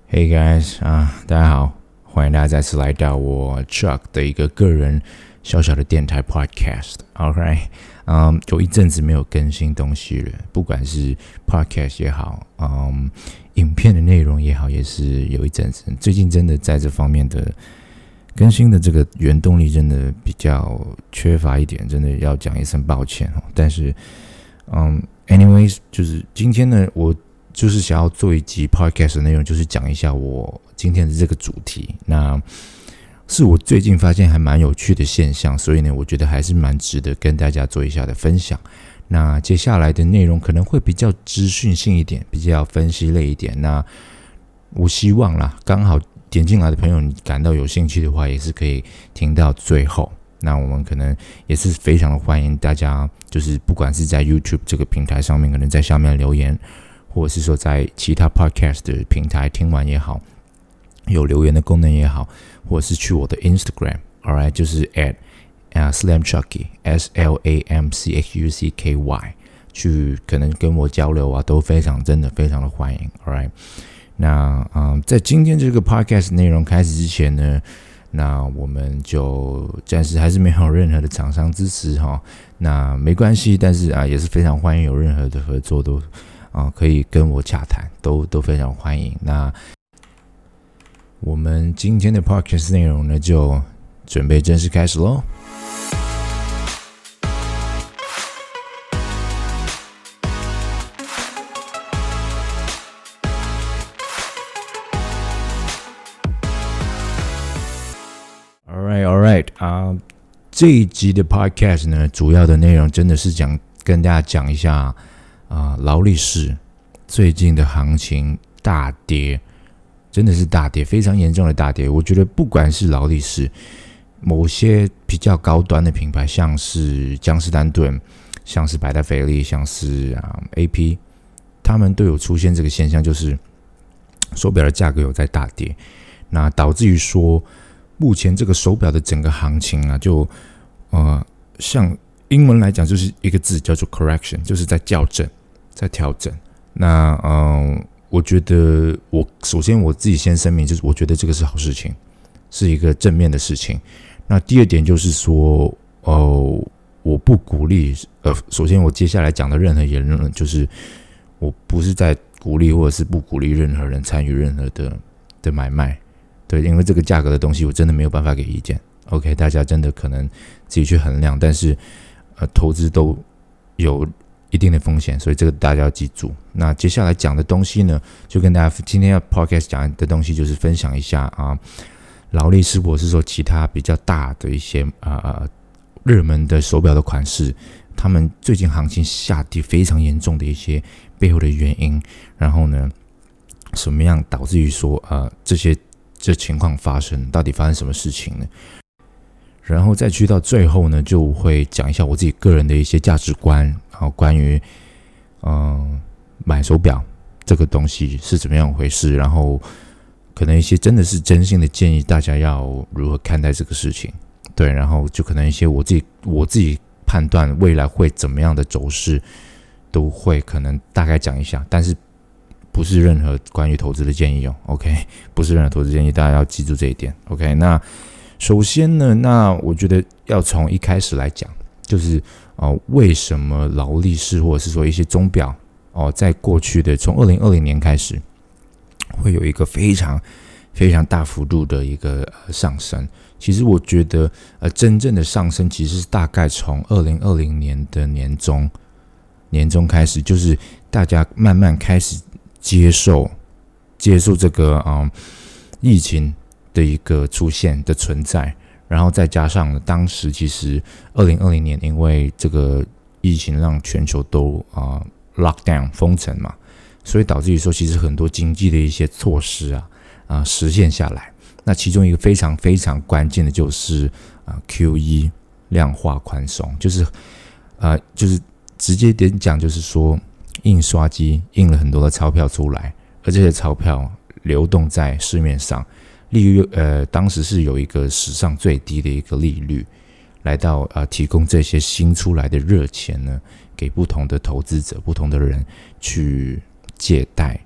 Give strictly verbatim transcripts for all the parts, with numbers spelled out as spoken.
Hey guys 啊，大家好，欢迎大家再次来到我 Chuck 的一个个人小小的电台 Podcast。Alright， 嗯，有一阵子没有更新东西了，不管是 Podcast 也好，嗯，影片的内容也好，也是有一阵子。最近真的在这方面的更新的这个原动力真的比较缺乏一点，真的要讲一声抱歉哦。但是，嗯 ，anyways， 就是今天呢，我就是想要做一集 podcast 的内容，就是讲一下我今天的这个主题。那是我最近发现还蛮有趣的现象，所以呢，我觉得还是蛮值得跟大家做一下的分享。那接下来的内容可能会比较资讯性一点，比较分析类一点。那我希望啦，刚好点进来的朋友，你感到有兴趣的话，也是可以听到最后。那我们可能也是非常的欢迎大家，就是不管是在 YouTube 这个平台上面，可能在下面留言。或者是说在其他 podcast 的平台听完也好，有留言的功能也好，或者是去我的 Instagram，alright， 就是 at、uh, slamchucky S L A M C H U C K Y 去可能跟我交流啊，都非常真的非常的欢迎 ，alright。那嗯，在今天这个 podcast 内容开始之前呢，那我们就暂时还是没有任何的厂商支持哈，那没关系，但是啊也是非常欢迎有任何的合作都。啊，可以跟我洽谈，都都非常欢迎。那我们今天的 podcast 内容呢，就准备正式开始咯。Alright, alright 啊，这一集的 podcast 呢，主要的内容真的是讲跟大家讲一下。啊，劳力士最近的行情大跌，真的是大跌，非常严重的大跌。我觉得不管是劳力士，某些比较高端的品牌，像是江诗丹顿，像是百达翡丽，像是啊 A P， 他们都有出现这个现象，就是手表的价格有在大跌，那导致于说，目前这个手表的整个行情啊，就呃像。英文来讲就是一个字叫做 correction， 就是在校正，在调整。那嗯，我觉得我首先我自己先声明，就是我觉得这个是好事情，是一个正面的事情。那第二点就是说，哦，我不鼓励。呃，首先我接下来讲的任何言论，就是我不是在鼓励或者是不鼓励任何人参与任何的的买卖。对，因为这个价格的东西，我真的没有办法给意见。OK， 大家真的可能自己去衡量，但是。呃，投资都有一定的风险，所以这个大家要记住。那接下来讲的东西呢，就跟大家今天要 podcast 讲的东西，就是分享一下啊，劳力士或者是说其他比较大的一些啊热门的手表的款式，他们最近行情下跌非常严重的一些背后的原因，然后呢，什么样导致于说呃这些这情况发生，到底发生什么事情呢？然后再去到最后呢，就会讲一下我自己个人的一些价值观，然后关于嗯、呃、买手表这个东西是怎么样回事，然后可能一些真的是真心的建议，大家要如何看待这个事情，对，然后就可能一些我自己我自己判断未来会怎么样的走势，都会可能大概讲一下，但是不是任何关于投资的建议哦 ，OK， 不是任何投资建议，大家要记住这一点 ，OK， 那。首先呢，那我觉得要从一开始来讲，就是呃，为什么劳力士或者是说一些钟表哦、呃，在过去的从二零二零年开始，会有一个非常非常大幅度的一个、呃、上升。其实我觉得，呃，真正的上升其实是大概从二零二零年的年中年中开始，就是大家慢慢开始接受接受这个啊、呃、疫情。的一个出现的存在，然后再加上当时其实二零二零年因为这个疫情让全球都啊、呃、lock down 封城嘛，所以导致于说其实很多经济的一些措施啊啊、呃、实现下来。那其中一个非常非常关键的就是啊、呃、Q E 量化宽松，就是啊、呃、就是直接点讲就是说印刷机印了很多的钞票出来，而这些钞票流动在市面上。利率呃，当时是有一个史上最低的一个利率，来到呃提供这些新出来的热钱呢，给不同的投资者、不同的人去借贷，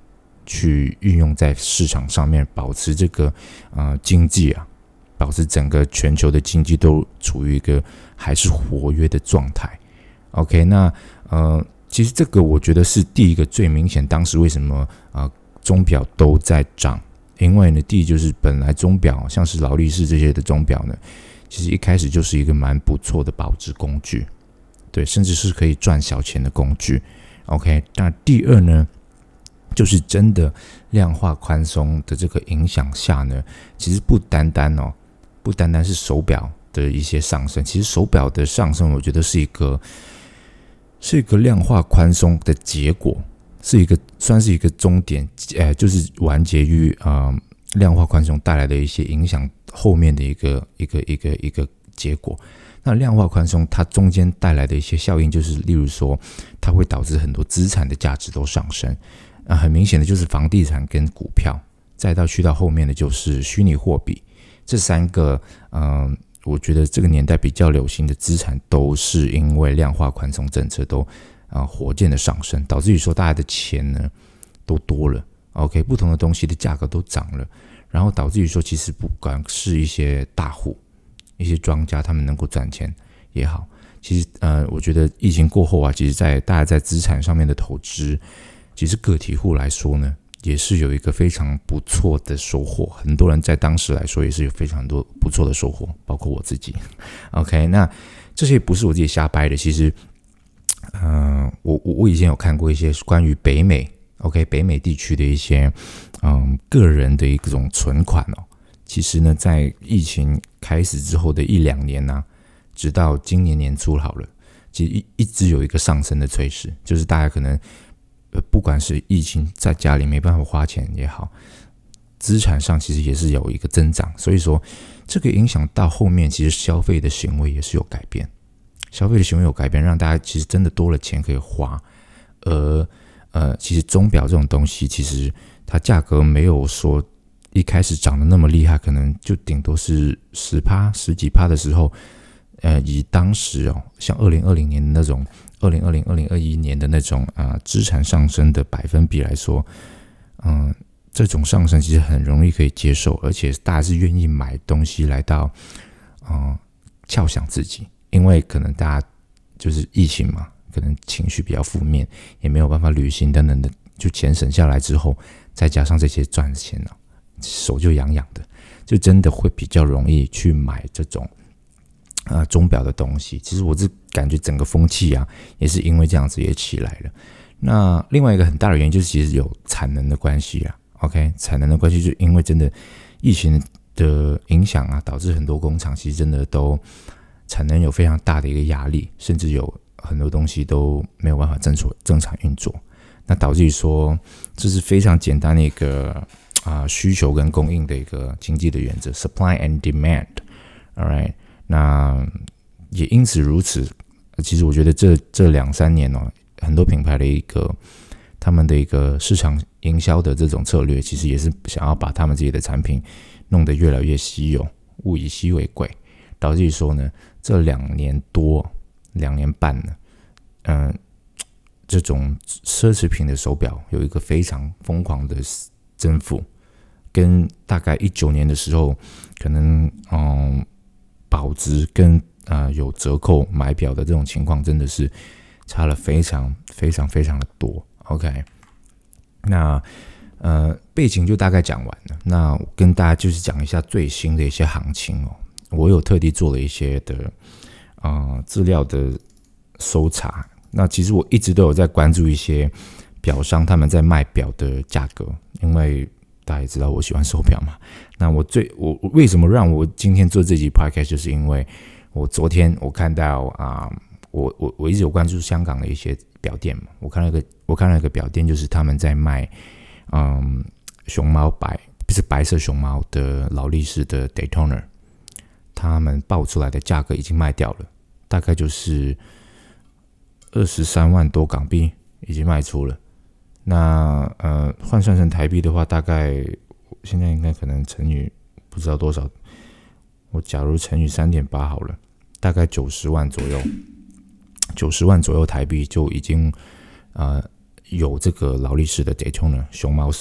去运用在市场上面，保持这个呃经济啊，保持整个全球的经济都处于一个还是活跃的状态。OK， 那呃，其实这个我觉得是第一个最明显，当时为什么呃钟表都在涨，因为呢，第一就是本来钟表像是劳力士这些的钟表呢，其实一开始就是一个蛮不错的保值工具，对，甚至是可以赚小钱的工具。OK， 那第二呢，就是真的量化宽松的这个影响下呢，其实不单单哦，不单单是手表的一些上升，其实手表的上升，我觉得是一个是一个量化宽松的结果，是一个算是一个终点，呃，就是完结于呃量化宽松带来的一些影响后面的一个一个一个一个结果。那量化宽松它中间带来的一些效应，就是例如说，它会导致很多资产的价值都上升。啊，很明显的就是房地产跟股票，再到去到后面的就是虚拟货币，这三个，嗯、呃，我觉得这个年代比较流行的资产，都是因为量化宽松政策都啊、呃、火箭的上升，导致于说大家的钱呢都多了 ，OK， 不同的东西的价格都涨了，然后导致于说，其实不管是一些大户、一些庄家，他们能够赚钱也好，其实呃，我觉得疫情过后啊，其实在大家在资产上面的投资。其实个体户来说呢，也是有一个非常不错的收获。很多人在当时来说也是有非常多不错的收获，包括我自己。OK， 那这些不是我自己瞎掰的。其实，嗯、呃，我我以前有看过一些关于北美 ，OK， 北美地区的一些嗯个人的一种存款哦。其实呢，在疫情开始之后的一两年呢、啊，直到今年年初好了，其实一一直有一个上升的趋势，就是大家可能。呃，不管是疫情在家里没办法花钱也好，资产上其实也是有一个增长，所以说这个影响到后面，其实消费的行为也是有改变，消费的行为有改变，让大家其实真的多了钱可以花，而呃，其实钟表这种东西，其实它价格没有说一开始涨得那么厉害，可能就顶多是十趴、十几趴的时候，呃，以当时哦，像二零二零年的那种。二零二零、二零二一年的那种啊、呃、资产上升的百分比来说，嗯、呃，这种上升其实很容易可以接受，而且大家是愿意买东西来到，嗯、呃，犒赏自己，因为可能大家就是疫情嘛，可能情绪比较负面，也没有办法旅行等等的，就钱省下来之后，再加上这些赚钱呢、啊，手就痒痒的，就真的会比较容易去买这种。啊，钟表的东西，其实我是感觉整个风气啊，也是因为这样子也起来了。那另外一个很大的原因就是，其实有产能的关系啊。OK， 产能的关系，就因为真的疫情的影响啊，导致很多工厂其实真的都产能有非常大的一个压力，甚至有很多东西都没有办法正常正常运作。那导致于说，这是非常简单的一个啊、呃、需求跟供应的一个经济的原则 ，supply and demand。All right。那也因此如此，其实我觉得这这两三年哦，很多品牌的一个他们的一个市场营销的这种策略，其实也是想要把他们自己的产品弄得越来越稀有，物以稀为贵，导致于说呢，这两年多、两年半呢，嗯、呃，这种奢侈品的手表有一个非常疯狂的增幅，跟大概一九年的时候，可能嗯。保值跟呃有折扣买表的这种情况，真的是差了非常非常非常的多。OK， 那呃背景就大概讲完了。那我跟大家就是讲一下最新的一些行情哦。我有特地做了一些的呃资料的搜查。那其实我一直都有在关注一些表商他们在卖表的价格，因为大家也知道我喜欢手表嘛。那我最我为什么让我今天做这集 podcast， 就是因为我昨天我看到啊、呃，我我我一直有关注香港的一些表店嘛。我看到一个我看到一个表店，就是他们在卖嗯熊猫白不是白色熊猫的劳力士的 Daytona， 他们报出来的价格已经卖掉了，大概就是二十三万多港币已经卖出了。那呃换算成台币的话，大概现在应该可能乘以不知道多少，我假如乘以 三点八 好了，大概九十万左右，九十万左右台币就已经呃有这个劳力士的 Daytona 熊猫色了。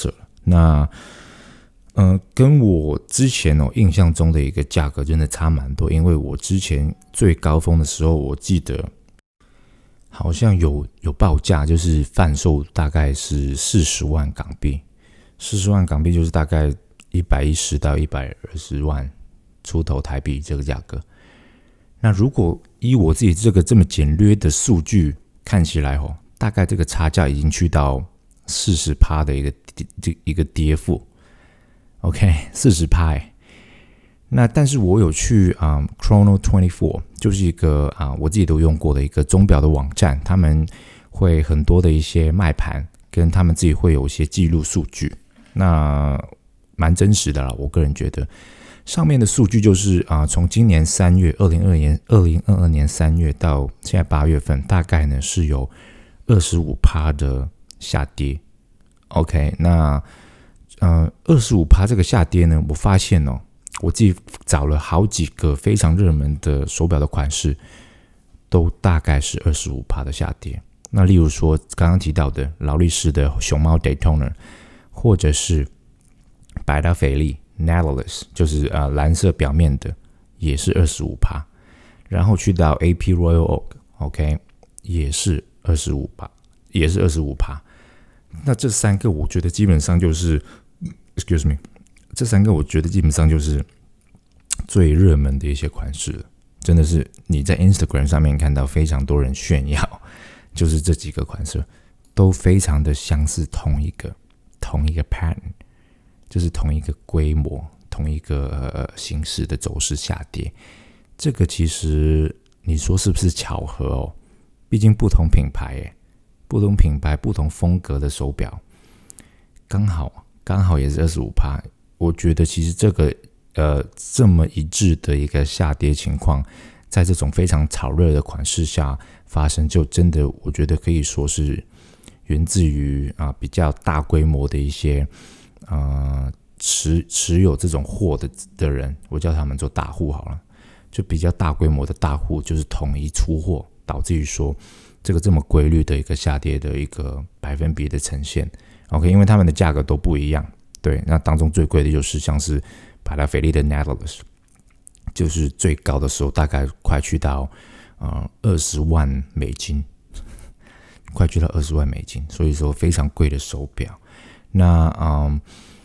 那呃，跟我之前哦印象中的一个价格真的差蛮多，因为我之前最高峰的时候，我记得好像有有报价，就是贩售大概是四十万港币，四十万港币就是大概一百一十到一百二十万出头台币这个价格。那如果以我自己这个这么简略的数据看起来哦，大概这个差价已经去到 百分之四十 的一个一个跌幅。OK， 百分之四十 欸。那但是我有去啊、um, Chrono 二十四，就是一个啊、uh, 我自己都用过的一个钟表的网站，他们会很多的一些卖盘，跟他们自己会有一些记录数据，那蛮真实的啦，我个人觉得。上面的数据就是啊，从、呃、今年三月，二零二二年二零二二年三月到现在八月份，大概呢是有 百分之二十五 的下跌。OK， 那呃 百分之二十五 这个下跌呢，我发现哦，我自己找了好几个非常热门的手表的款式，都大概是 百分之二十五 的下跌。那例如说刚刚提到的劳力士的熊猫 Daytona， 或者是百达翡丽Nautilus 就是呃蓝色表面的，也是 百分之二十五， 然后去到 A P Royal Oak，OK， 也是 百分之二十五， 也是 百分之二十五。 那这三个我觉得基本上就是 excuse me， 这三个我觉得基本上就是最热门的一些款式了，真的是你在 Instagram 上面看到非常多人炫耀，就是这几个款式都非常的相似，同一个同一个 pattern，就是同一个规模、同一个、呃、形式的走势下跌。这个其实你说是不是巧合哦？毕竟不同品牌耶，不同品牌、不同风格的手表，刚好刚好也是 百分之二十五。我觉得其实这个呃这么一致的一个下跌情况，在这种非常炒热的款式下发生，就真的我觉得可以说是源自于啊、呃、比较大规模的一些。呃，持持有这种货 的, 的人，我叫他们做大户好了，就比较大规模的大户，就是统一出货，导致于说这个这么规律的一个下跌的一个百分比的呈现。OK， 因为他们的价格都不一样，对，那当中最贵的就是像是百达翡丽的 Nautilus， 就是最高的时候大概快去到呃二十万美金，快去到二十万美金，所以说非常贵的手表。那嗯，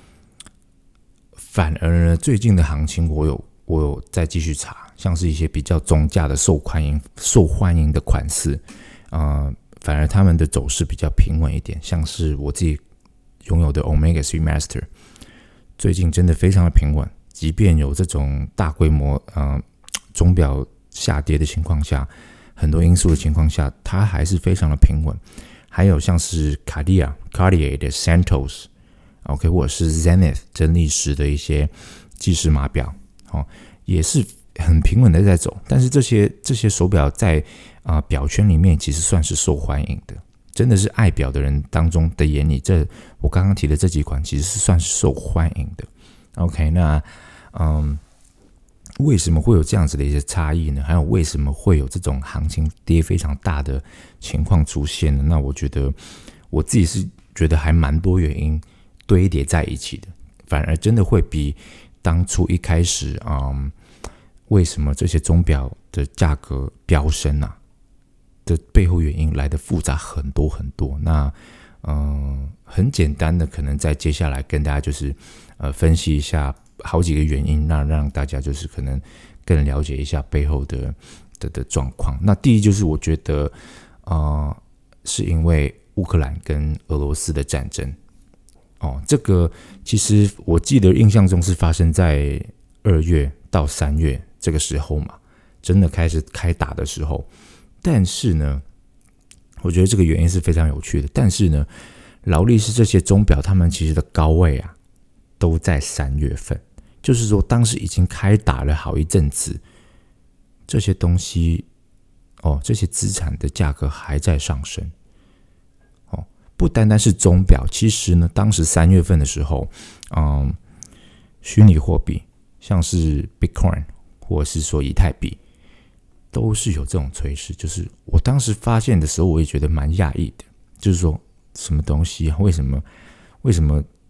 反而呢，最近的行情我有我有再继续查，像是一些比较中价的受欢迎受欢迎的款式，呃，反而他们的走势比较平稳一点。像是我自己拥有的 Omega 三 Master， 最近真的非常的平稳，即便有这种大规模呃钟表下跌的情况下，很多因素的情况下，它还是非常的平稳。还有像是 Cartier Cartier 的 Santos，OK， 或者是 Zenith 真力时的一些计时码表，哦，也是很平稳的在走。但是这些这些手表在啊、呃、表圈里面其实算是受欢迎的，真的是爱表的人当中的眼里，这我刚刚提的这几款其实是算是受欢迎的。OK， 那嗯。为什么会有这样子的一些差异呢？还有为什么会有这种行情跌非常大的情况出现呢？那我觉得我自己是觉得还蛮多原因堆叠在一起的，反而真的会比当初一开始，嗯，为什么这些钟表的价格飙升啊的背后原因来得复杂很多很多。那嗯，很简单的，可能在接下来跟大家就是呃分析一下。好几个原因，那让大家就是可能更了解一下背后的的的状况。那第一就是我觉得，呃，是因为乌克兰跟俄罗斯的战争。哦，这个其实我记得印象中是发生在二月到三月这个时候嘛，真的开始开打的时候。但是呢，我觉得这个原因是非常有趣的。但是呢，劳力士这些钟表，他们其实的高位啊，都在三月份。就是说，当时已经开打了好一阵子，这些东西，哦，这些资产的价格还在上升，哦，不单单是钟表，其实呢，当时三月份的时候，嗯，虚拟货币，像是 Bitcoin 或者是说以太币，都是有这种趋势。就是我当时发现的时候，我也觉得蛮讶异的，就是说什么东西啊？为什么？为什么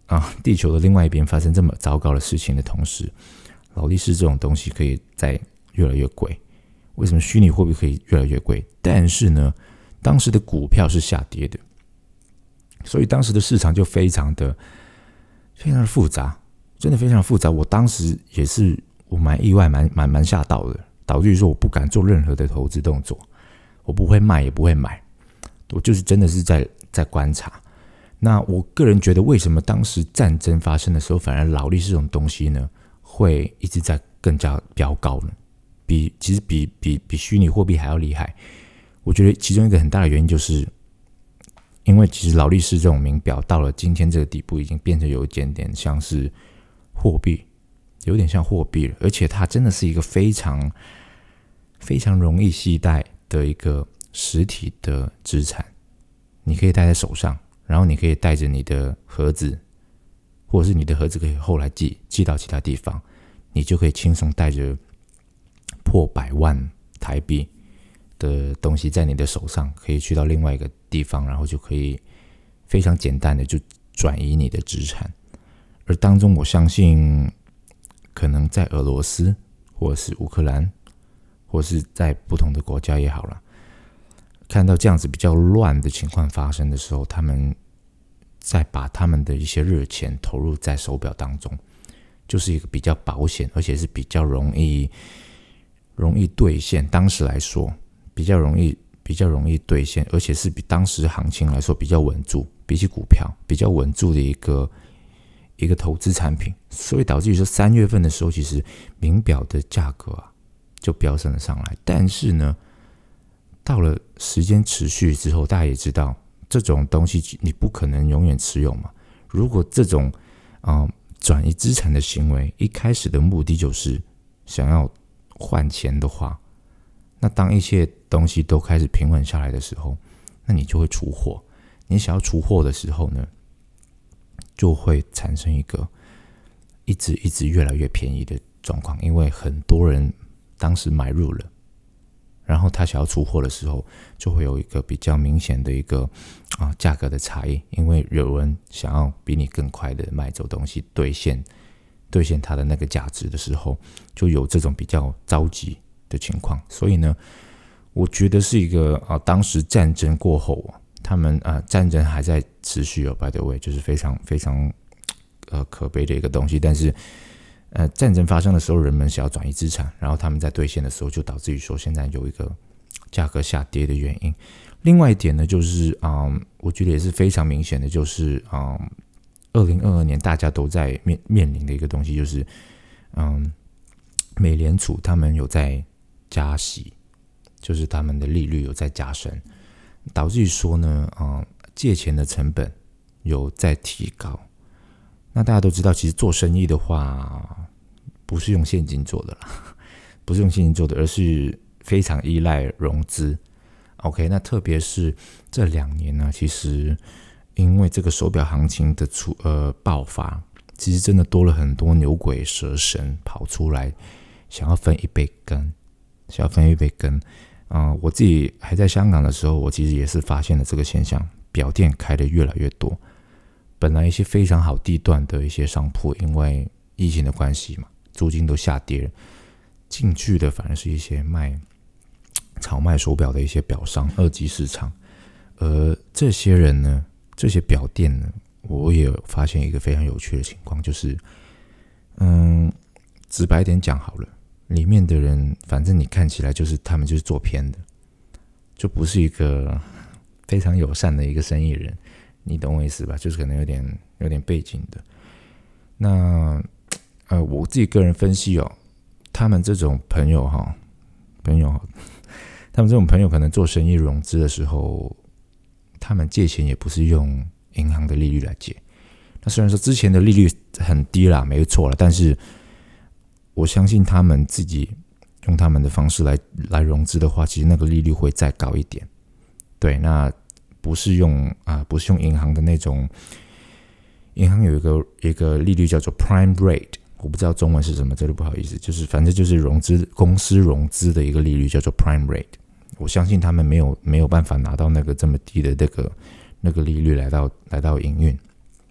啊，地球的另外一边发生这么糟糕的事情的同时，劳力士这种东西可以再越来越贵。为什么虚拟货币可以越来越贵？但是呢，当时的股票是下跌的，所以当时的市场就非常的非常的复杂，真的非常复杂。我当时也是我蛮意外，蛮蛮蛮吓到的，导致于说我不敢做任何的投资动作，我不会卖也不会买，我就是真的是在在观察。那我个人觉得，为什么当时战争发生的时候，反而劳力士这种东西呢，会一直在更加飙高呢？比其实比比比虚拟货币还要厉害。我觉得其中一个很大的原因就是，因为其实劳力士这种名表到了今天这个地步，已经变成有一点点像是货币，有点像货币了，而且它真的是一个非常非常容易携带的一个实体的资产，你可以戴在手上。然后你可以带着你的盒子，或者是你的盒子可以后来寄寄到其他地方，你就可以轻松带着破百万台币的东西在你的手上，可以去到另外一个地方，然后就可以非常简单的就转移你的资产。而当中我相信，可能在俄罗斯，或者是乌克兰，或者是在不同的国家也好了，看到这样子比较乱的情况发生的时候，他们再把他们的一些热钱投入在手表当中，就是一个比较保险，而且是比较容易容易兑现。当时来说，比较容易比较容易兑现，而且是比当时行情来说比较稳住，比起股票比较稳住的一个一个投资产品。所以导致于说三月份的时候，其实名表的价格啊就飙升了上来。但是呢，到了时间持续之后，大家也知道这种东西你不可能永远持有嘛。如果这种呃转移资产的行为一开始的目的就是想要换钱的话，那当一切东西都开始平稳下来的时候，那你就会出货。你想要出货的时候呢，就会产生一个一直一直越来越便宜的状况，因为很多人当时买入了。然后他想要出货的时候，就会有一个比较明显的一个啊价格的差异，因为有人想要比你更快的买走东西，兑现兑现它的那个价值的时候，就有这种比较着急的情况。所以呢，我觉得是一个啊，当时战争过后啊，他们啊战争还在持续哦 ，by the way， 就是非常非常呃可悲的一个东西，但是。呃，战争发生的时候，人们想要转移资产，然后他们在兑现的时候，就导致于说现在有一个价格下跌的原因。另外一点呢，就是嗯，我觉得也是非常明显的，就是嗯，二零二二年大家都在面面临的一个东西，就是嗯，美联储他们有在加息，就是他们的利率有在加深，导致于说呢，嗯，借钱的成本有在提高。那大家都知道，其实做生意的话，不是用现金做的啦，不是用现金做的，而是非常依赖融资。OK， 那特别是这两年呢，其实因为这个手表行情的出呃爆发，其实真的多了很多牛鬼蛇神跑出来，想要分一杯羹，想要分一杯羹。嗯、呃，我自己还在香港的时候，我其实也是发现了这个现象，表店开的越来越多。本来一些非常好地段的一些商铺，因为疫情的关系嘛，租金都下跌了，进去的反而是一些卖炒卖手表的一些表商，二级市场。而这些人呢，这些表店呢，我也有发现一个非常有趣的情况，就是嗯，直白一点讲好了，里面的人反正你看起来就是他们就是做偏的，就不是一个非常友善的一个生意人。你懂我意思吧？就是可能有点有点背景的。那呃，我自己个人分析哦，他们这种朋友哈，朋友，他们这种朋友可能做生意融资的时候，他们借钱也不是用银行的利率来借。那虽然说之前的利率很低啦，没错啦，但是我相信他们自己用他们的方式来来融资的话，其实那个利率会再高一点。对，那。不是用啊、呃，不是用银行的那种，银行有一个一个利率叫做 prime rate， 我不知道中文是什么，这就不好意思，就是反正就是融资公司融资的一个利率叫做 prime rate。我相信他们没有没有办法拿到那个这么低的那个那个利率来到来到营运，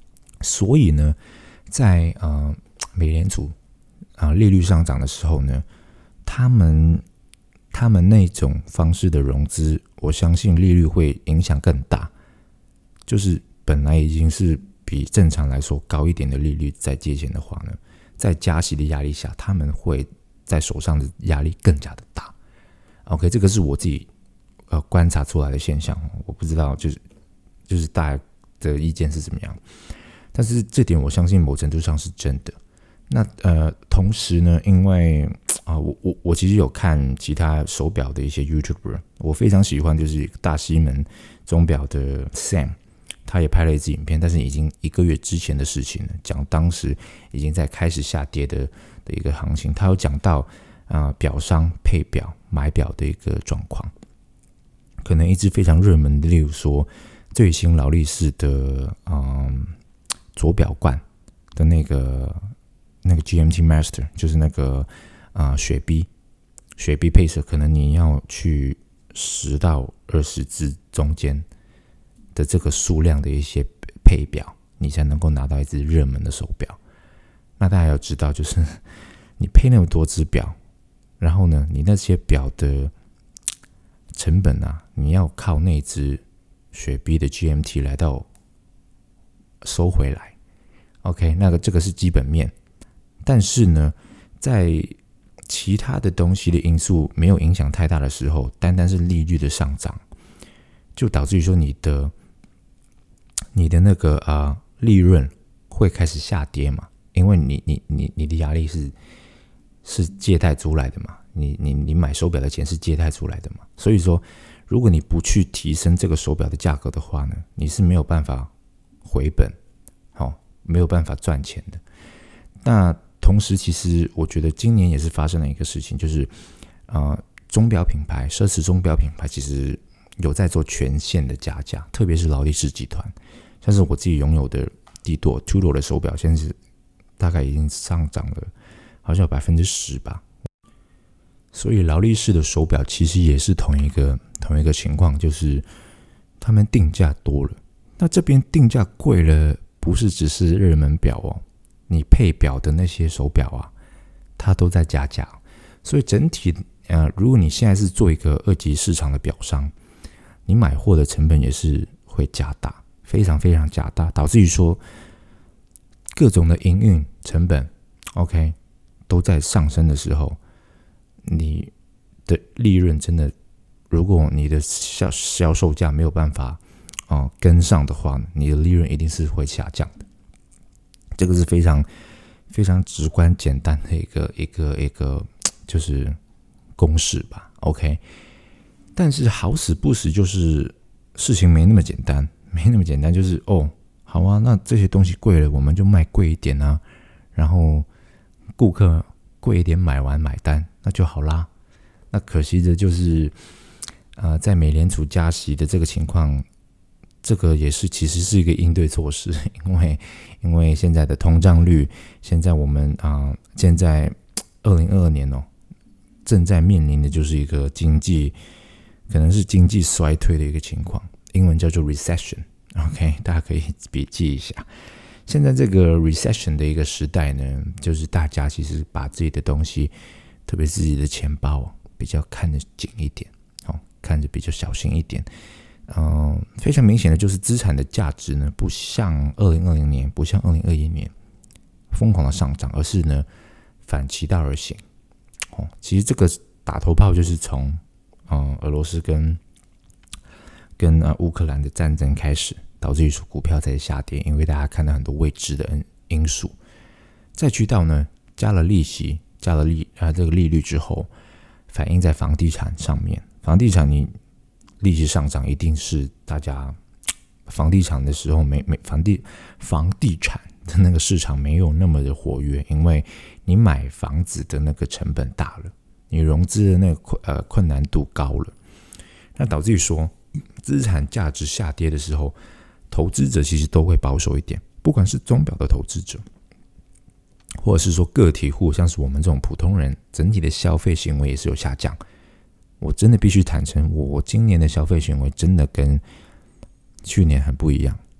所以呢，在呃美联储啊、呃、利率上涨的时候呢，他们他们那种方式的融资，我相信利率会影响更大。就是本来已经是比正常来说高一点的利率，在借钱的话呢，在加息的压力下，他们会在手上的压力更加的大。OK， 这个是我自己呃观察出来的现象，我不知道就是就是大家的意见是怎么样，但是这点我相信某程度上是真的。那呃，同时呢，因为啊、呃，我我我其实有看其他手表的一些 YouTuber， 我非常喜欢就是大西门钟表的 Sam， 他也拍了一支影片，但是已经一个月之前的事情了，讲当时已经在开始下跌的的一个行情，他有讲到啊、呃，表商配表买表的一个状况，可能一支非常热门的，例如说最新劳力士的嗯左表冠的那个。那个 G M T Master 就是那个啊、呃、雪碧雪碧配色，可能你要去十到二十支中间的这个数量的一些配表，你才能够拿到一只热门的手表。那大家要知道，就是你配那么多只表，然后呢，你那些表的成本啊，你要靠那只雪碧的 G M T 来到收回来。OK， 那个这个是基本面。但是呢，在其他的东西的因素没有影响太大的时候，单单是利率的上涨，就导致于说你的你的那个啊、呃、利润会开始下跌嘛，因为你你你你的压力是是借贷出来的嘛，你你你买手表的钱是借贷出来的嘛，所以说如果你不去提升这个手表的价格的话呢，你是没有办法回本，好、哦，没有办法赚钱的。那同时，其实我觉得今年也是发生了一个事情，就是呃，钟表品牌、奢侈钟表品牌其实有在做全线的加价，特别是劳力士集团，像是我自己拥有的帝舵 Tudor 的手表，现在是大概已经上涨了，好像有百分之十吧。所以劳力士的手表其实也是同一个同一个情况，就是他们定价多了。那这边定价贵了，不是只是热门表哦。你配表的那些手表啊，它都在加价，所以整体呃，如果你现在是做一个二级市场的表商，你买货的成本也是会加大，非常非常加大，导致于说各种的营运成本 ，OK， 都在上升的时候，你的利润真的，如果你的销销售价没有办法啊、呃、跟上的话，你的利润一定是会下降的。这个是非常非常直观简单的一个一个一个就是公式吧 ，OK。但是好死不死就是事情没那么简单，没那么简单，就是哦，好啊，那这些东西贵了，我们就卖贵一点啊，然后顾客贵一点买完买单，那就好啦。那可惜的就是，呃，在美联储加息的这个情况。这个也是其实是一个应对措施，因为因为现在的通胀率，现在我们啊、呃，现在二零二二年哦，正在面临的就是一个经济可能是经济衰退的一个情况，英文叫做 recession。OK， 大家可以笔记一下。现在这个 recession 的一个时代呢，就是大家其实把自己的东西，特别是自己的钱包比较看得紧一点，哦，看着比较小心一点。嗯，非常明显的就是资产的价值呢，不像二零二零年，不像二零二一年疯狂的上涨，而是呢反其道而行。哦，其实这个打头炮就是从嗯俄罗斯跟跟呃乌克兰的战争开始，导致于股票在下跌，因为大家看到很多未知的因素。再去到呢加了利息，加了利啊这个利率之后，反映在房地产上面，房地产你。利息上涨一定是大家房地产的时候没没房地房地产的那个市场没有那么的活跃，因为你买房子的那个成本大了，你融资的那个困呃困难度高了，那导致于说资产价值下跌的时候，投资者其实都会保守一点，不管是钟表的投资者，或者是说个体户，像是我们这种普通人，整体的消费行为也是有下降。我真的必须坦诚，我今年的消费行为真的跟去年很不一样。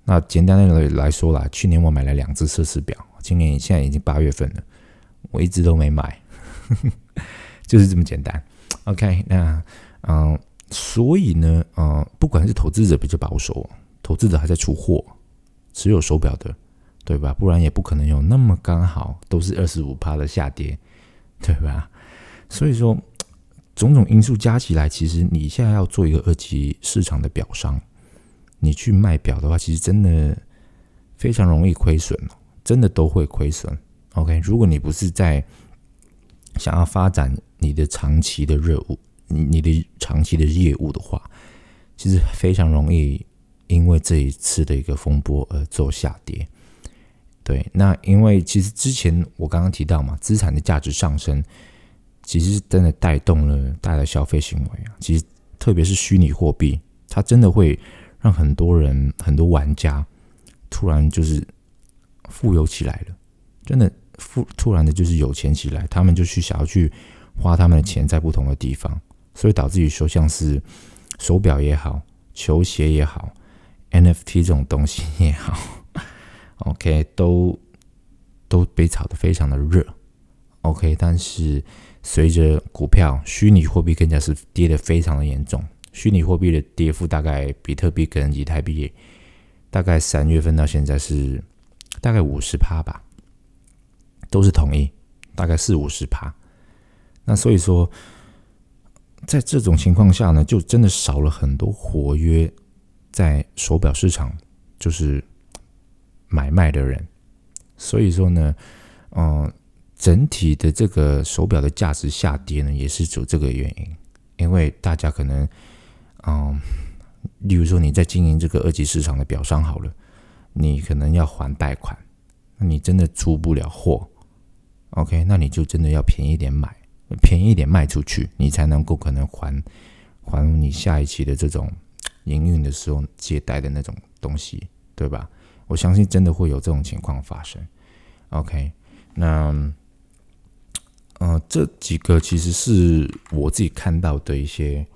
那简单的来说啦，去年我买了两只奢侈表，今年现在已经八月份了，我一直都没买，就是这么简单。OK， 那嗯、呃，所以呢，呃，不管是投资者比较保守，投资者还在出货，持有手表的，对吧？不然也不可能有那么刚好都是 百分之二十五 的下跌，对吧？所以说，种种因素加起来，其实你现在要做一个二级市场的表商，你去卖表的话，其实真的非常容易亏损，真的都会亏损。OK， 如果你不是在想要发展你的长期的业务，你的长期的业务的话，其实非常容易因为这一次的一个风波而做下跌。对，那因为其实之前我刚刚提到嘛，资产的价值上升，其实真的带动了大家的消费行为啊。其实特别是虚拟货币，它真的会让很多人、很多玩家突然就是富有起来了，真的富突然的就是有钱起来，他们就去想要去花他们的钱在不同的地方，所以导致于说像是手表也好、球鞋也好、N F T 这种东西也好。OK， 都都被炒得非常的热 ，OK， 但是随着股票、虚拟货币更加是跌得非常的严重，虚拟货币的跌幅大概比特币跟以太币，大概三月份到现在是大概 百分之五十 吧，都是统一，大概四五十趴。那所以说，在这种情况下呢，就真的少了很多活跃在手表市场，就是买卖的人，所以说呢，嗯、呃，整体的这个手表的价值下跌呢，也是主这个原因。因为大家可能，嗯、呃，例如说你在经营这个二级市场的表商好了，你可能要还贷款，那你真的出不了货 ，OK， 那你就真的要便宜一点买，便宜一点卖出去，你才能够可能还还你下一期的这种营运的时候借贷的那种东西，对吧？我相信真的会有这种情况发生。OK， 那呃，这几个其实是我自己看到的一些，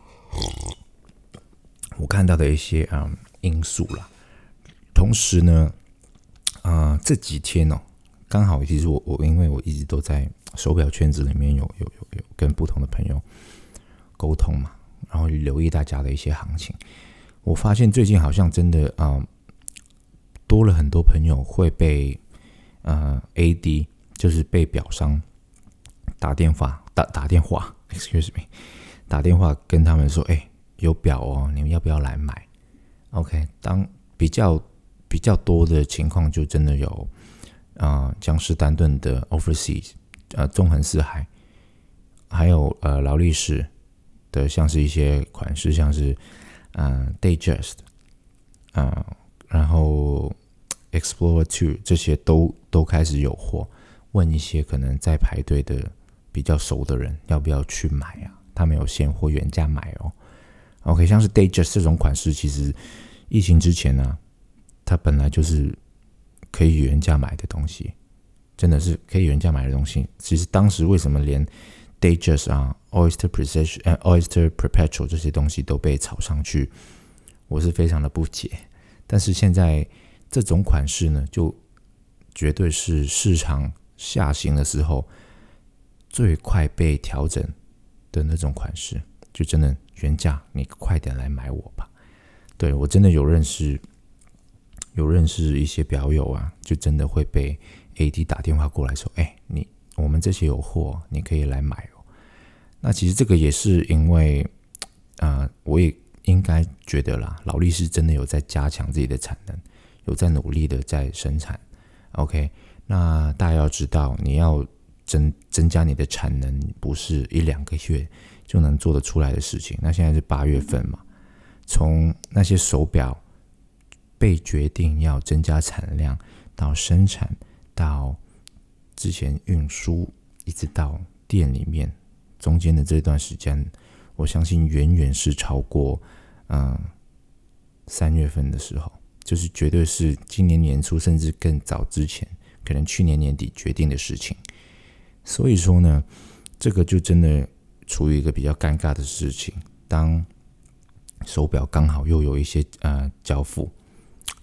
我看到的一些嗯因素啦。同时呢，呃，这几天哦，刚好其实我我因为我一直都在手表圈子里面有有有有跟不同的朋友沟通嘛，然后留意大家的一些行情，我发现最近好像真的啊。呃多了很多朋友会被呃 A D， 就是被表商打电话打打电话 ，excuse me， 打电话跟他们说，哎、欸，有表哦，你们要不要来买 ？OK， 当比较比较多的情况，就真的有呃江诗丹顿的 Overseas， 呃纵横四海，还有呃劳力士的，像是一些款式，像是呃 Datejust， 呃。然后 Explorer 二这些都都开始有货，问一些可能在排队的比较熟的人要不要去买啊？他们有现货原价买哦。OK， 像是 Datejust 这种款式，其实疫情之前呢、啊，它本来就是可以原价买的东西，真的是可以原价买的东西。其实当时为什么连 Datejust 啊、Oyster Precision、呃、Oyster Perpetual 这些东西都被炒上去，我是非常的不解。但是现在这种款式呢，就绝对是市场下行的时候最快被调整的那种款式，就真的原价，你快点来买我吧。对，我真的有认识，有认识一些表友啊，就真的会被 A D 打电话过来说，哎、欸，你我们这些有货，你可以来买哦。那其实这个也是因为，呃，我也。应该觉得啦，劳力士真的有在加强自己的产能，有在努力的在生产。OK， 那大家要知道，你要增增加你的产能，不是一两个月就能做得出来的事情。那现在是八月份嘛，从那些手表被决定要增加产量，到生产，到之前运输，一直到店里面，中间的这段时间，我相信远远是超过。嗯，三月份的时候，就是绝对是今年年初甚至更早之前，可能去年年底决定的事情。所以说呢，这个就真的处于一个比较尴尬的事情。当手表刚好又有一些呃交付，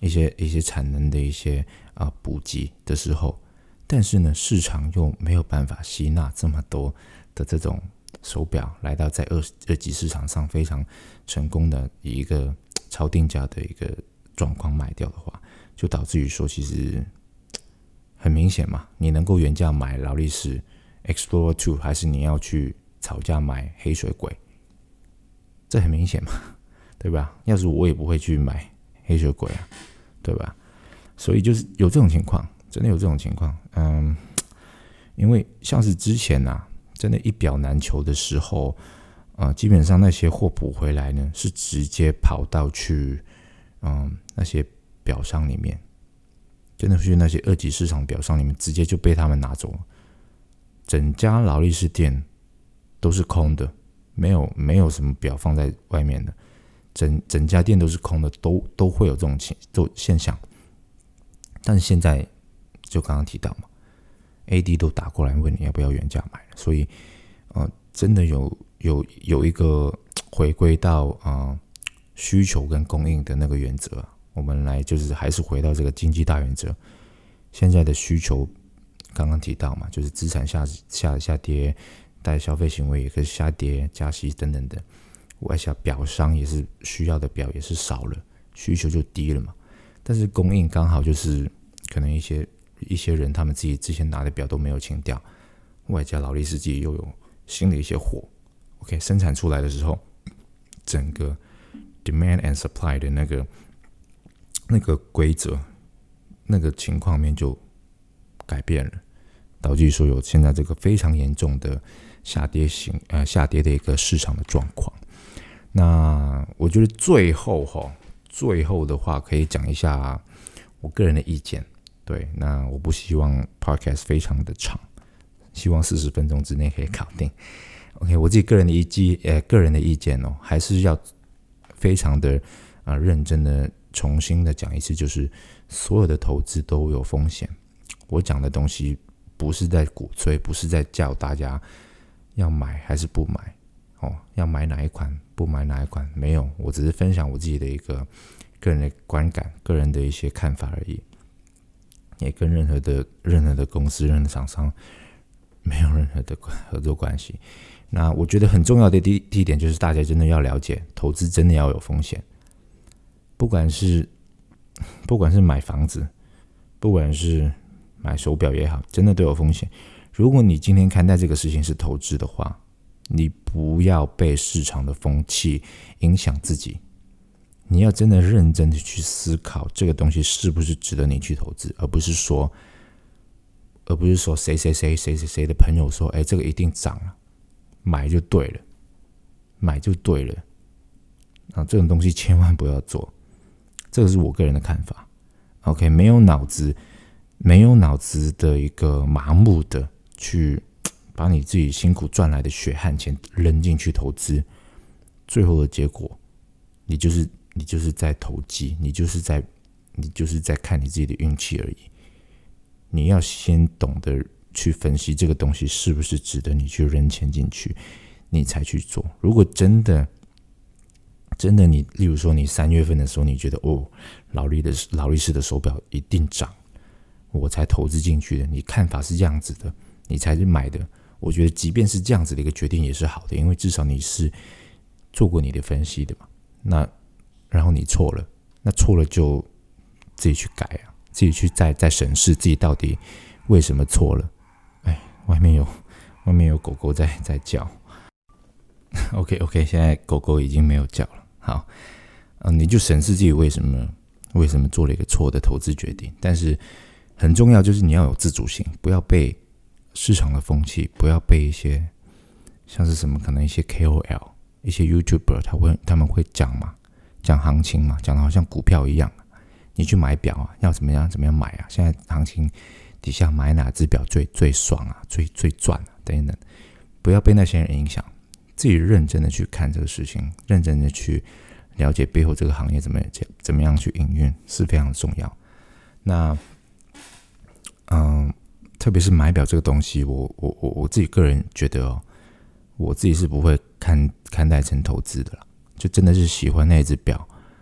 一些一些产能的一些啊、呃、补给的时候，但是呢，市场又没有办法吸纳这么多的这种手表来到在二二级市场上非常成功的以一个超定价的一个状况卖掉的话，就导致于说，其实很明显嘛，你能够原价买劳力士 Explorer 二，还是你要去炒价买黑水鬼？这很明显嘛，对吧？要是我也不会去买黑水鬼啊，对吧？所以就是有这种情况，真的有这种情况。嗯，因为像是之前啊，真的一表难求的时候，呃，基本上那些货补回来呢，是直接跑到去嗯那些表商里面，真的是那些二级市场表商里面，直接就被他们拿走了。整家劳力士店都是空的，没有没有什么表放在外面的，整整家店都是空的，都都会有这种情这种现象。但是现在就刚刚提到嘛 ，A D 都打过来问你要不要原价买了，所以呃，真的有有有一个回归到呃需求跟供应的那个原则、啊，我们来就是还是回到这个经济大原则。现在的需求刚刚提到嘛，就是资产下下下跌，带消费行为也可以下跌，加息等等的，外下表商也是需要的表也是少了，需求就低了嘛。但是供应刚好就是可能一些一些人他们自己之前拿的表都没有清掉，外加劳力士自己又有新的一些货 ，OK 生产出来的时候，整个 demand and supply 的那个那个规则那个情况面就改变了，导致说有现在这个非常严重的下跌型呃下跌的一个市场的状况。那我觉得最后哈。最后的话，可以讲一下我个人的意见。对，那我不希望 podcast 非常的长，希望四十分钟之内可以搞定。OK， 我自己个人的意见，呃，个人的意见哦，还是要非常的啊、呃、认真的重新的讲一次，就是所有的投资都有风险。我讲的东西不是在鼓吹，不是在叫大家要买还是不买。哦，要买哪一款，不买哪一款，没有，我只是分享我自己的一个个人的观感、个人的一些看法而已，也跟任何的任何的公司、任何的厂商没有任何的合作关系。那我觉得很重要的第第一点就是，大家真的要了解，投资真的要有风险，不管是不管是买房子，不管是买手表也好，真的都有风险。如果你今天看待这个事情是投资的话，你不要被市场的风气影响自己，你要真的认真的去思考这个东西是不是值得你去投资，而不是说，而不是说谁谁谁谁谁谁的朋友说，哎，这个一定涨了，买就对了，买就对了，啊，这种东西千万不要做，这个是我个人的看法。OK， 没有脑子，没有脑子的一个麻木的去。把你自己辛苦赚来的血汗钱扔进去投资，最后的结果，你就是你就是在投机，你就是在你就是在看你自己的运气而已。你要先懂得去分析这个东西是不是值得你去扔钱进去，你才去做。如果真的真的你，例如说你三月份的时候，你觉得哦，劳力的劳力士的手表一定涨，我才投资进去的，你看法是这样子的，你才是买的。我觉得即便是这样子的一个决定也是好的，因为至少你是做过你的分析的嘛。那然后你错了，那错了就自己去改啊，自己去再再审视自己到底为什么错了。哎，外面有外面有狗狗在在叫。OK OK， 现在狗狗已经没有叫了。好，呃，你就审视自己为什么为什么做了一个错的投资决定。但是很重要就是你要有自主性，不要被市场的风气，不要被一些像是什么可能一些 K O L、一些 YouTuber 他会他们会讲嘛，讲行情嘛，讲的好像股票一样。你去买表啊，要怎么样怎么样买啊？现在行情底下买哪只表最最爽啊，最最赚啊，等等。不要被那些人影响，自己认真的去看这个事情，认真的去了解背后这个行业怎么怎么样去营运是非常重要。那，嗯。特别是买表这个东西，我我我我自己个人觉得哦，我自己是不会看看待成投资的啦。就真的是喜欢那一只表，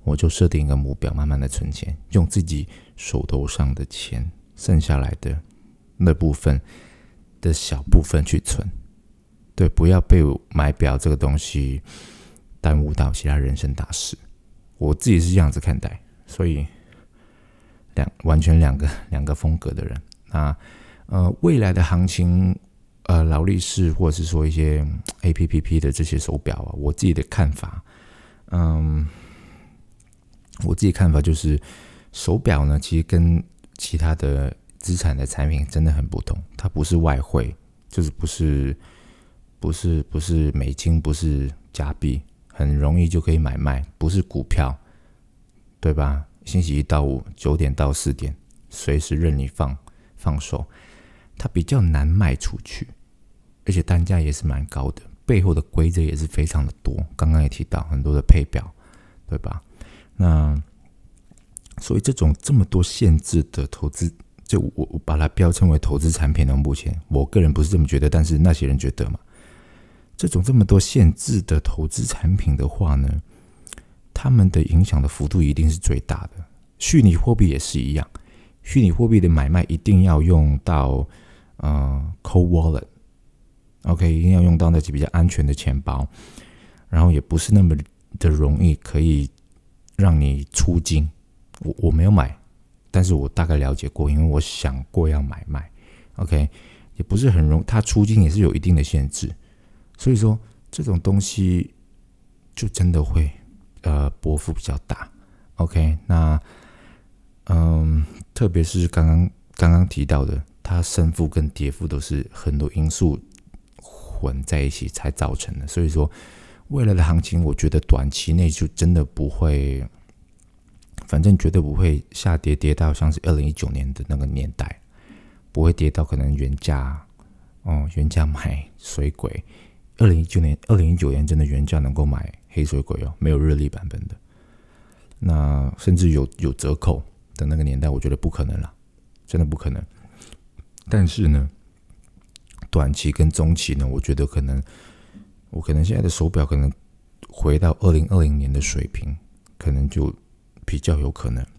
我就设定一个目标，慢慢的存钱，用自己手头上的钱剩下来的那部分的小部分去存。对，不要被买表这个东西耽误到其他人生大事。我自己是这样子看待，所以两完全两个两个风格的人。那呃，未来的行情，呃，劳力士或者是说一些 A P P P 的这些手表啊，我自己的看法，嗯。我自己看法就是，手表呢，其实跟其他的资产的产品真的很不同。它不是外汇，就是不是不是不是美金，不是加币，很容易就可以买卖，不是股票，对吧？星期一到五九点到四点，随时任你放放手，它比较难卖出去，而且单价也是蛮高的，背后的规则也是非常的多。刚刚也提到很多的配表，对吧？那所以这种这么多限制的投资，就我我把它标称为投资产品呢，目前我个人不是这么觉得，但是那些人觉得嘛，这种这么多限制的投资产品的话呢，他们的影响的幅度一定是最大的。虚拟货币也是一样，虚拟货币的买卖一定要用到呃 cold wallet，OK， 一定要用到那些比较安全的钱包，然后也不是那么的容易可以让你出金。我我没有买，但是我大概了解过，因为我想过要买卖 ，OK， 也不是很容易，它出金也是有一定的限制，所以说这种东西就真的会呃波幅比较大 ，OK， 那嗯，特别是刚刚刚刚提到的，它升幅跟跌幅都是很多因素混在一起才造成的，所以说未来的行情，我觉得短期内就真的不会。反正绝对不会下跌跌到像是二零一九年的那个年代，不会跌到可能原价哦，原价买水鬼。二零一九年，二零一九年真的原价能够买黑水鬼哦，没有日历版本的。那甚至有有折扣的那个年代，我觉得不可能啦，真的不可能。但是呢，短期跟中期呢，我觉得可能，我可能现在的手表可能回到二零二零年的水平，可能就。比较有可能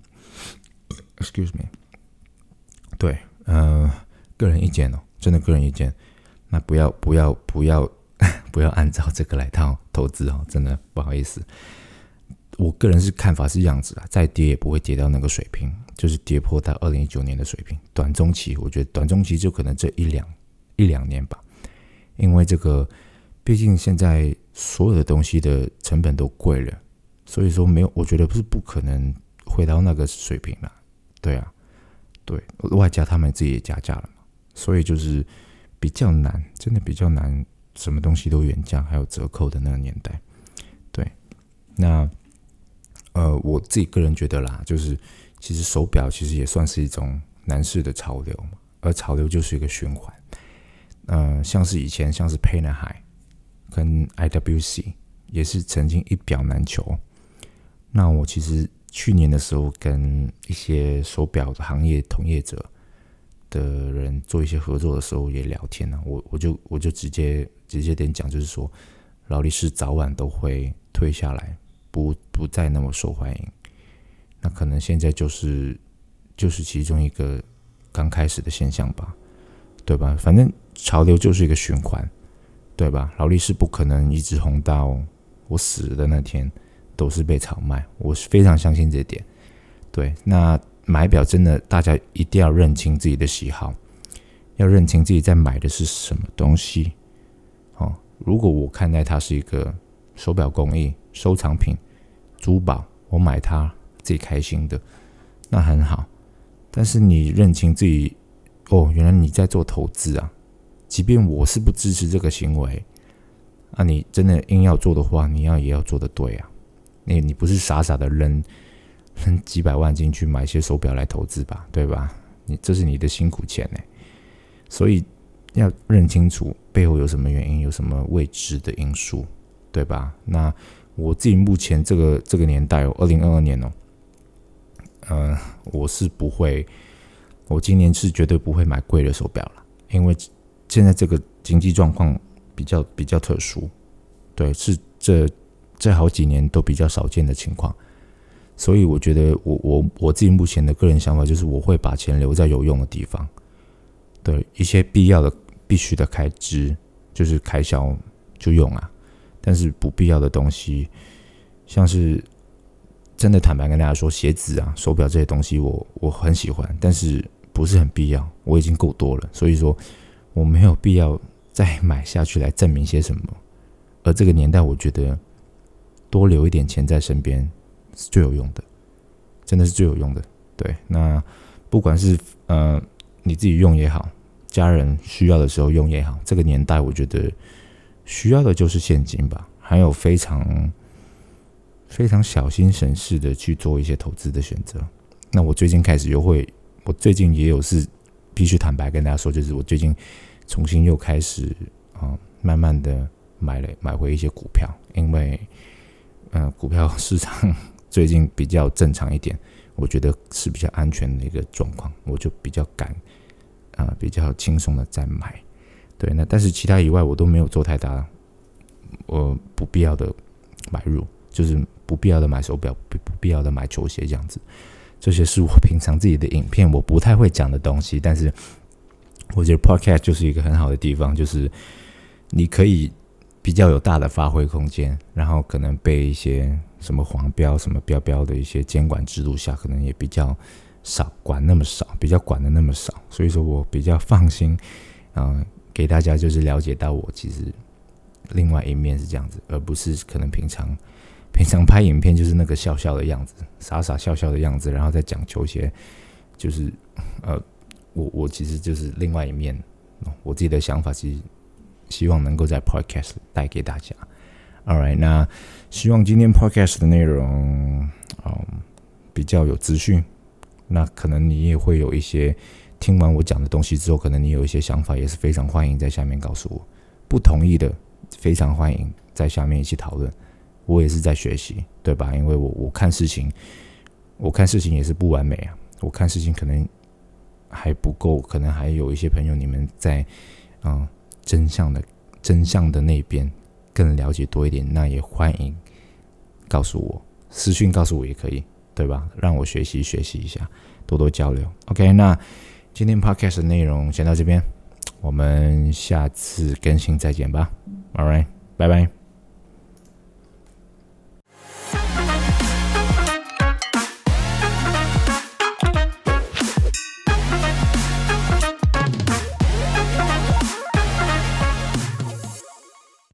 ，excuse me， 对，呃，个人意见哦，真的个人意见，那不要不要不要不要按照这个来套投资哦，真的不好意思，我个人是看法是这样子啦，再跌也不会跌到那个水平，就是跌破到二零一九年的水平，短中期我觉得短中期就可能这一两一两年吧，因为这个毕竟现在所有的东西的成本都贵了。所以说没有，我觉得不是不可能回到那个水平啦。对啊，对，外加他们自己也加价了嘛，所以就是比较难，真的比较难，什么东西都原价还有折扣的那个年代。对，那呃，我自己个人觉得啦，就是其实手表其实也算是一种男士的潮流嘛，而潮流就是一个循环。呃，像是以前像是 Panerai 跟 I W C 也是曾经一表难求。那我其实去年的时候跟一些手表的行业同业者的人做一些合作的时候也聊天呢、啊，我我就我就直接直接点讲，就是说劳力士早晚都会退下来，不不再那么受欢迎。那可能现在就是就是其中一个刚开始的现象吧，对吧？反正潮流就是一个循环，对吧？劳力士不可能一直红到我死的那天。都是被炒卖，我是非常相信这点。对，那买表真的大家一定要认清自己的喜好，要认清自己在买的是什么东西。哦，如果我看待它是一个手表工艺、收藏品、珠宝，我买它自己开心的，那很好。但是你认清自己，哦，原来你在做投资啊！即便我是不支持这个行为，啊，你真的硬要做的话，你要也要做得对啊。你你不是傻傻的扔扔几百万进去买一些手表来投资吧，对吧？你这是你的辛苦钱呢，所以要认清楚背后有什么原因，有什么未知的因素，对吧？那我自己目前这个这个年代哦，二零二二年哦，呃，我是不会，我今年是绝对不会买贵的手表了，因为现在这个经济状况比较比较特殊，对，是这。这好几年都比较少见的情况， 所以我觉得我我我自己目前的个人想法就是，我会把钱留在有用的地方，对一些必要的、必须的开支，就是开销就用啊。但是不必要的东西，像是真的坦白跟大家说，鞋子啊、手表这些东西我，我很喜欢，但是不是很必要，我已经够多了，所以说我没有必要再买下去来证明些什么。而这个年代，我觉得多留一点钱在身边是最有用的，真的是最有用的。对，那不管是呃你自己用也好，家人需要的时候用也好，这个年代我觉得需要的就是现金吧，还有非常非常小心审视的去做一些投资的选择。那我最近开始又会，我最近也有是必须坦白跟大家说，就是我最近重新又开始啊、呃，慢慢的买了买回一些股票，因为呃股票市场最近比较正常一点，我觉得是比较安全的一个状况，我就比较敢啊、呃、比较轻松的再买。对，那但是其他以外我都没有做太大我不必要的买入，就是不必要的买手表，不必要的买球鞋这样子。这些是我平常自己的影片我不太会讲的东西，但是我觉得 podcast 就是一个很好的地方，就是你可以比较有大的发挥空间，然后可能被一些什么黄标、什么标标的一些监管制度下，可能也比较少管那么少，比较管的那么少，所以说我比较放心，嗯、呃，给大家就是了解到我其实另外一面是这样子，而不是可能平常平常拍影片就是那个笑笑的样子，傻傻笑笑的样子，然后再讲球鞋，就是呃，我我其实就是另外一面，我自己的想法其实希望能够在 podcast 带给大家。Alright， 那希望今天 podcast 的内容，嗯，比较有资讯，那可能你也会有一些听完我讲的东西之后，可能你有一些想法，也是非常欢迎在下面告诉我。不同意的，非常欢迎在下面一起讨论。我也是在学习，对吧？因为我我看事情，我看事情也是不完美啊。我看事情可能还不够，可能还有一些朋友你们在嗯真相的真相的那边更了解多一点，那也欢迎告诉我，私讯告诉我也可以，对吧？让我学习学习一下，多多交流。OK， 那今天 Podcast 的内容先到这边，我们下次更新再见吧。All right， 拜拜。